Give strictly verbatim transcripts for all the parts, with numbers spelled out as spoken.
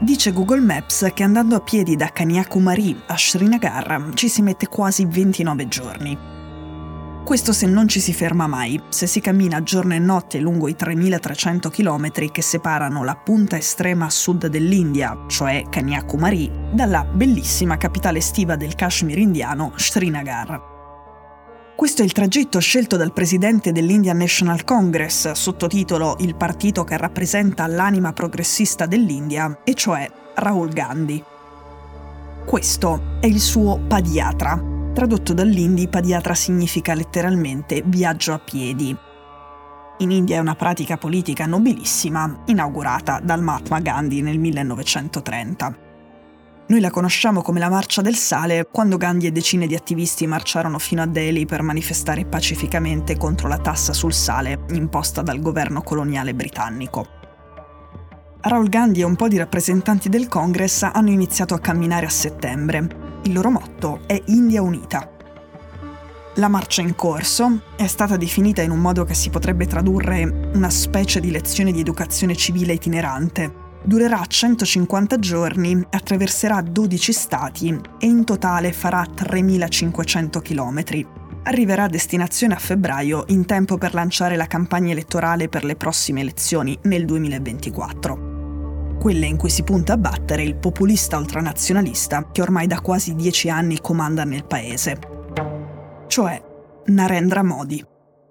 Dice Google Maps che andando a piedi da Kanyakumari a Srinagar ci si mette quasi ventinove giorni. Questo se non ci si ferma mai, se si cammina giorno e notte lungo i tremilatrecento chilometri che separano la punta estrema a sud dell'India, cioè Kanyakumari, dalla bellissima capitale estiva del Kashmir indiano, Srinagar. Questo è il tragitto scelto dal presidente dell'Indian National Congress, sottotitolo Il partito che rappresenta l'anima progressista dell'India, e cioè Rahul Gandhi. Questo è il suo Padayatra. Tradotto dall'indi, Padayatra significa letteralmente viaggio a piedi. In India è una pratica politica nobilissima, inaugurata dal Mahatma Gandhi nel millenovecentotrenta. Noi la conosciamo come la Marcia del Sale, quando Gandhi e decine di attivisti marciarono fino a Delhi per manifestare pacificamente contro la tassa sul sale imposta dal governo coloniale britannico. Rahul Gandhi e un po' di rappresentanti del Congress hanno iniziato a camminare a settembre. Il loro motto è India Unita. La marcia in corso è stata definita in un modo che si potrebbe tradurre una specie di lezione di educazione civile itinerante. Durerà centocinquanta giorni, attraverserà dodici stati e in totale farà tremilacinquecento chilometri. Arriverà a destinazione a febbraio, in tempo per lanciare la campagna elettorale per le prossime elezioni nel duemilaventiquattro. Quelle in cui si punta a battere il populista ultranazionalista che ormai da quasi dieci anni comanda nel paese, cioè Narendra Modi.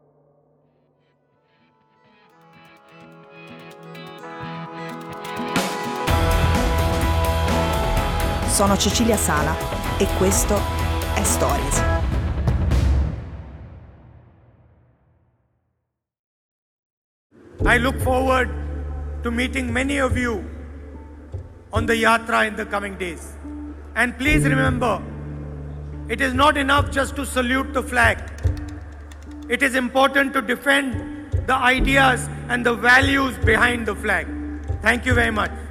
Sono Cecilia Sala e questo è Stories. I look forward to meeting many of you on the Yatra in the coming days. And please remember, it is not enough just to salute the flag. It is important to defend the ideas and the values behind the flag. Thank you very much.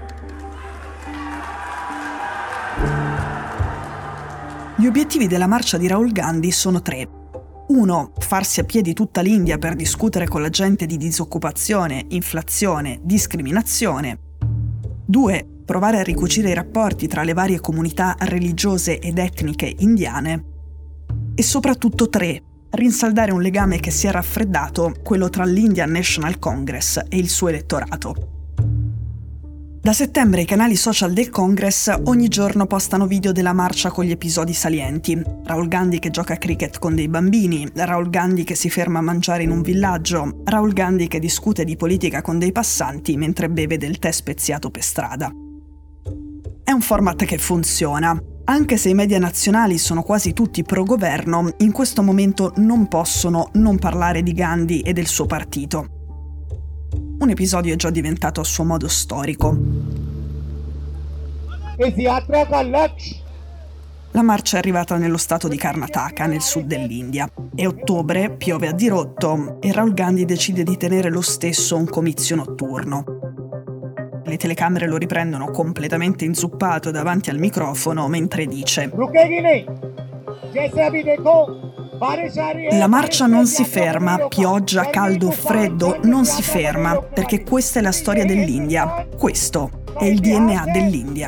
Gli obiettivi della marcia di Rahul Gandhi sono tre. Uno, farsi a piedi tutta l'India per discutere con la gente di disoccupazione, inflazione, discriminazione. Due, provare a ricucire i rapporti tra le varie comunità religiose ed etniche indiane. E soprattutto tre, rinsaldare un legame che si è raffreddato, quello tra l'Indian National Congress e il suo elettorato. Da settembre i canali social del Congress ogni giorno postano video della marcia con gli episodi salienti. Rahul Gandhi che gioca a cricket con dei bambini, Rahul Gandhi che si ferma a mangiare in un villaggio, Rahul Gandhi che discute di politica con dei passanti mentre beve del tè speziato per strada. È un format che funziona. Anche se i media nazionali sono quasi tutti pro-governo, in questo momento non possono non parlare di Gandhi e del suo partito. Un episodio è già diventato a suo modo storico. La marcia è arrivata nello stato di Karnataka, nel sud dell'India. È ottobre, piove a dirotto e Rahul Gandhi decide di tenere lo stesso un comizio notturno. Le telecamere lo riprendono completamente inzuppato davanti al microfono mentre dice: la marcia non si ferma, pioggia, caldo, freddo, non si ferma, perché questa è la storia dell'India. Questo è il D N A dell'India.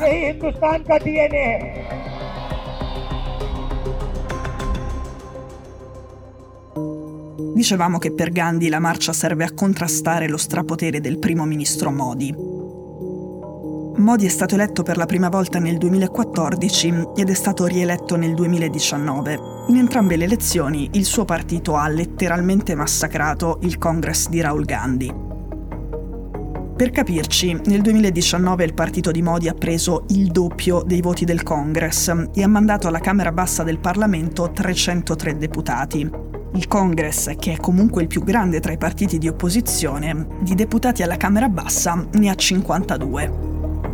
Dicevamo che per Gandhi la marcia serve a contrastare lo strapotere del primo ministro Modi. Modi è stato eletto per la prima volta nel duemilaquattordici ed è stato rieletto nel duemiladiciannove. In entrambe le elezioni il suo partito ha letteralmente massacrato il Congress di Rahul Gandhi. Per capirci, nel duemiladiciannove il partito di Modi ha preso il doppio dei voti del Congress e ha mandato alla Camera Bassa del Parlamento trecentotré deputati. Il Congress, che è comunque il più grande tra i partiti di opposizione, di deputati alla Camera Bassa ne ha cinquantadue.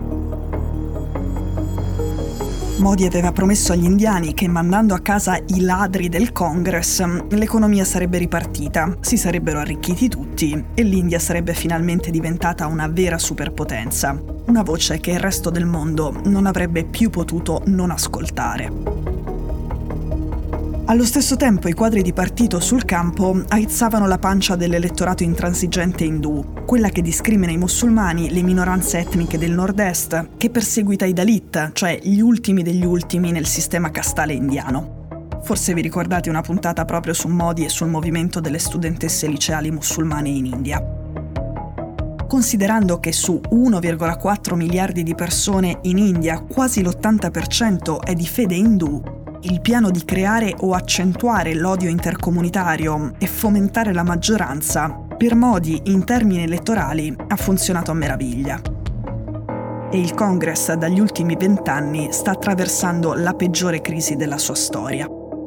Modi aveva promesso agli indiani che mandando a casa i ladri del Congress l'economia sarebbe ripartita, si sarebbero arricchiti tutti e l'India sarebbe finalmente diventata una vera superpotenza, una voce che il resto del mondo non avrebbe più potuto non ascoltare. Allo stesso tempo i quadri di partito sul campo aizzavano la pancia dell'elettorato intransigente indù, quella che discrimina i musulmani, le minoranze etniche del nord-est, che perseguita i Dalit, cioè gli ultimi degli ultimi nel sistema castale indiano. Forse vi ricordate una puntata proprio su Modi e sul movimento delle studentesse liceali musulmane in India. Considerando che su uno virgola quattro miliardi di persone in India quasi l'ottanta per cento è di fede indù, il piano di creare o accentuare l'odio intercomunitario e fomentare la maggioranza, per Modi in termini elettorali, ha funzionato a meraviglia. E il Congress dagli ultimi vent'anni sta attraversando la peggiore crisi della sua storia.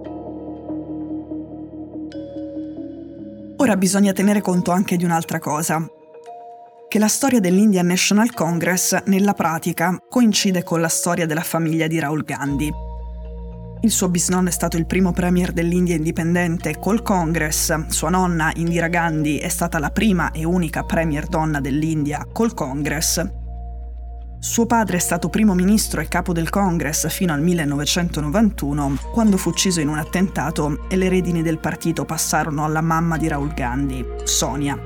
Ora bisogna tenere conto anche di un'altra cosa, che la storia dell'Indian National Congress, nella pratica, coincide con la storia della famiglia di Rahul Gandhi. Il suo bisnonno è stato il primo premier dell'India indipendente col Congress, sua nonna Indira Gandhi è stata la prima e unica premier donna dell'India col Congress. Suo padre è stato primo ministro e capo del Congress fino al millenovecentonovantuno, quando fu ucciso in un attentato e le redini del partito passarono alla mamma di Rahul Gandhi, Sonia.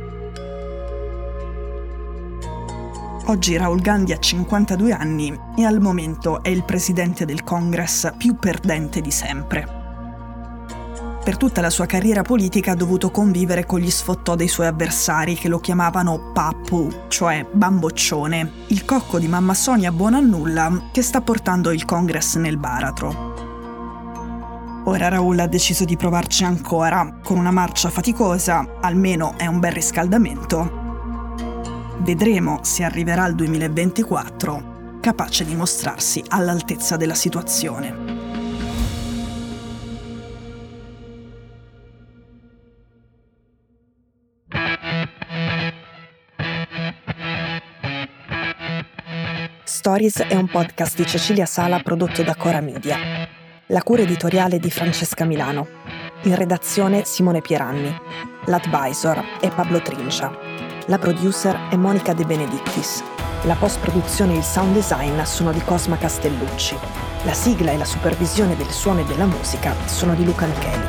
Oggi Rahul Gandhi ha cinquantadue anni e al momento è il presidente del Congress più perdente di sempre. Per tutta la sua carriera politica ha dovuto convivere con gli sfottò dei suoi avversari che lo chiamavano Pappu, cioè bamboccione, il cocco di mamma Sonia buono a nulla che sta portando il Congress nel baratro. Ora Rahul ha deciso di provarci ancora, con una marcia faticosa, almeno è un bel riscaldamento. Vedremo se arriverà al duemilaventiquattro capace di mostrarsi all'altezza della situazione. Stories è un podcast di Cecilia Sala prodotto da Cora Media. La cura editoriale di Francesca Milano. In redazione Simone Pieranni. L'advisor è Pablo Trincia. La producer è Monica De Benedictis. La post-produzione e il sound design sono di Cosma Castellucci. La sigla e la supervisione del suono e della musica sono di Luca Micheli.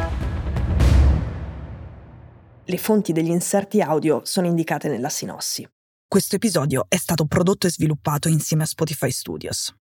Le fonti degli inserti audio sono indicate nella sinossi. Questo episodio è stato prodotto e sviluppato insieme a Spotify Studios.